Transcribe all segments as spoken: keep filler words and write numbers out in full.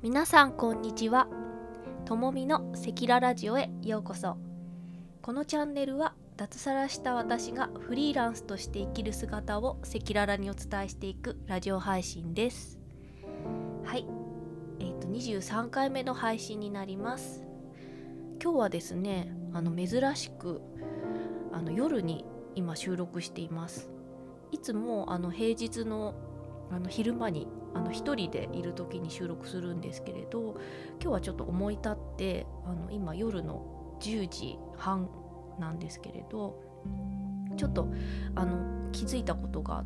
皆さんこんにちは。ともみのセキララジオへようこそ。このチャンネルは脱サラした私がフリーランスとして生きる姿をセキララにお伝えしていくラジオ配信です。はい、えーとにじゅうさんかいめの配信になります。今日はですね、あの珍しくあの夜に今収録しています。いつもあの平日のあの昼間にあの一人でいる時に収録するんですけれど、今日はちょっと思い立ってあの今夜のじゅうじはんなんですけれど、ちょっとあの気づいたことがあって、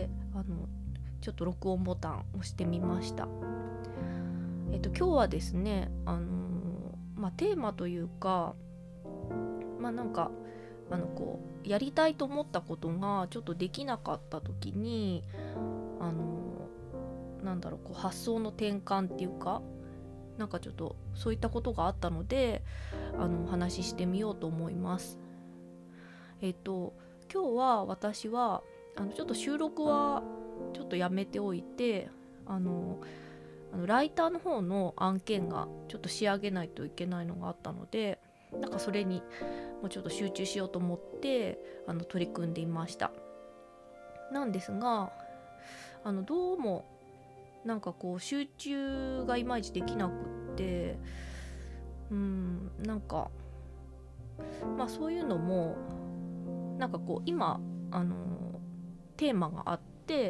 あのちょっと録音ボタンを押してみました。えっと今日はですね、あのまあ、テーマというか、まあなんかあのこうやりたいと思ったことがちょっとできなかった時に、あのなんだろうこう発想の転換っていうか、なんかちょっとそういったことがあったので、あのお話ししてみようと思います。えっと今日は私はあのちょっと収録はちょっとやめておいて、あのあのライターの方の案件がちょっと仕上げないといけないのがあったので、なんかそれにもうちょっと集中しようと思ってあの取り組んでいました。なんですが、あのどうもなんかこう集中がいまいちできなくって、うーんなんかまあそういうのもなんかこう今あのテーマがあって、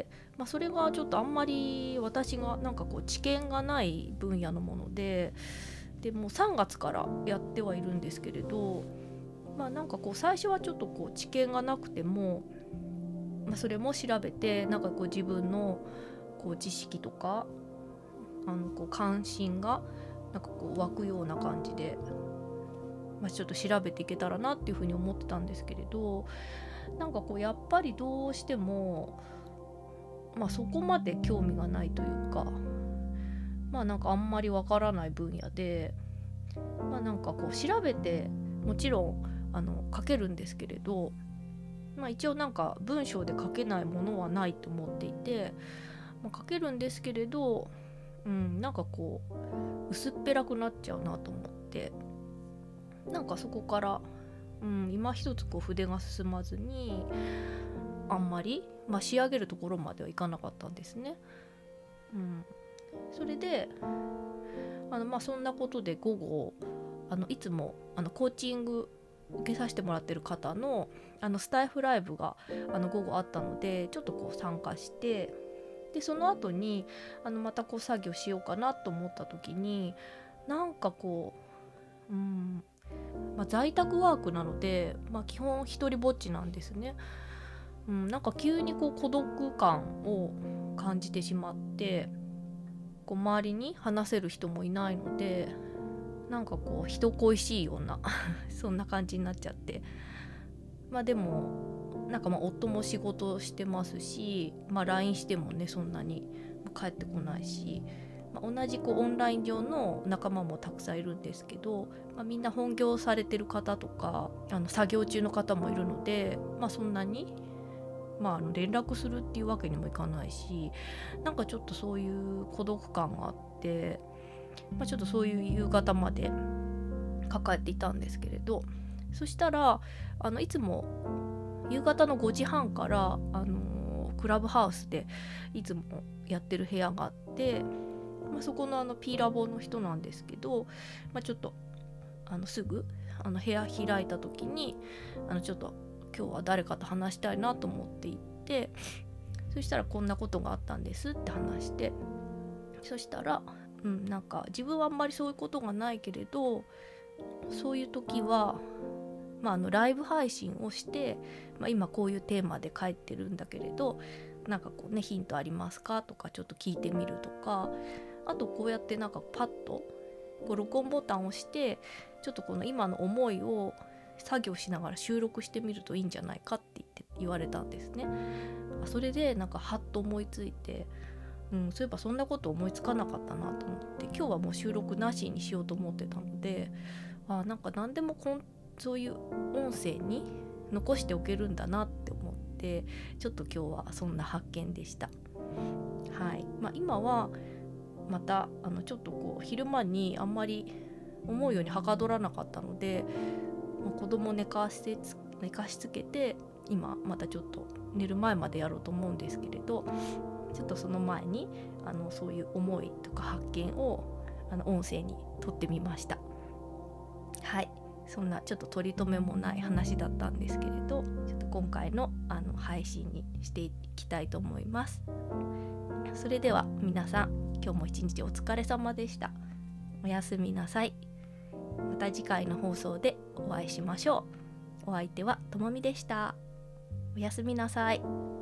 まあ、それがちょっとあんまり私がなんかこう知見がない分野のもので、でもうさんがつからやってはいるんですけれど、まあなんかこう最初はちょっとこう知見がなくても、まあ、それも調べてなんかこう自分のこう知識とかあのこう関心がなんかこう湧くような感じで、まあ、ちょっと調べていけたらなっていうふうに思ってたんですけれど、なんかこうやっぱりどうしても、まあ、そこまで興味がないというか、まあなんかあんまりわからない分野で、まあなんかこう調べてもちろんあの書けるんですけれど、まあ、一応なんか文章で書けないものはないと思っていて、まあ、書けるんですけれど、うん、なんかこう薄っぺらくなっちゃうなと思って、なんかそこから、うん、今一つこう筆が進まずにあんまり、まあ、仕上げるところまではいかなかったんですね。うん、それであの、まあ、そんなことで午後あのいつもあのコーチング受けさせてもらってる方のあのスタイフライブがあの午後あったので、ちょっとこう参加して、でその後にあのまたこう作業しようかなと思った時に、なんかこう、うんまあ、在宅ワークなので、まあ、基本一人ぼっちなんですね。うん、なんか急にこう孤独感を感じてしまって、こう周りに話せる人もいないので、なんかこう人恋しいようなそんな感じになっちゃって、まあでもなんかまあ夫も仕事してますし、まあ、ライン してもねそんなに帰ってこないし、まあ、同じこうオンライン上の仲間もたくさんいるんですけど、まあ、みんな本業されてる方とかあの作業中の方もいるので、まあ、そんなに、まあ、あの連絡するっていうわけにもいかないし、なんかちょっとそういう孤独感があって、まあ、ちょっとそういう夕方まで抱えていたんですけれど、そしたらあのいつも夕方のごじはんから、あのークラブハウスでいつもやってる部屋があって、まあ、そこのあの P ラボの人なんですけど、まあ、ちょっとあのすぐあの部屋開いた時にあのちょっと今日は誰かと話したいなと思って行って、そしたらこんなことがあったんですって話して、そしたら、うん、なんか自分はあんまりそういうことがないけれど、そういう時は、まあ、あのライブ配信をして、まあ、今こういうテーマで書いてるんだけれど、なんかこうねヒントありますかとかちょっと聞いてみるとか、あとこうやってなんかパッとこう録音ボタンを押してちょっとこの今の思いを作業しながら収録してみるといいんじゃないかって言って言われたんですね。それでなんかハッと思いついて、うん、そういえばそんなこと思いつかなかったなと思って、今日はもう収録なしにしようと思ってたので、あなんか何でもこんそういう音声に残しておけるんだなって思って、ちょっと今日はそんな発見でした。はい、まあ、今はまたあのちょっとこう昼間にあんまり思うようにはかどらなかったので、まあ、子供寝かせつ寝かしつけて今またちょっと寝る前までやろうと思うんですけれど、ちょっとその前にあのそういう思いとか発見をあの音声に撮ってみました。はい、そんなちょっと取り留めもない話だったんですけれど、ちょっと今回のあの配信にしていきたいと思います。それでは皆さん、今日も一日お疲れ様でした。おやすみなさい。また次回の放送でお会いしましょう。お相手はともみでした。おやすみなさい。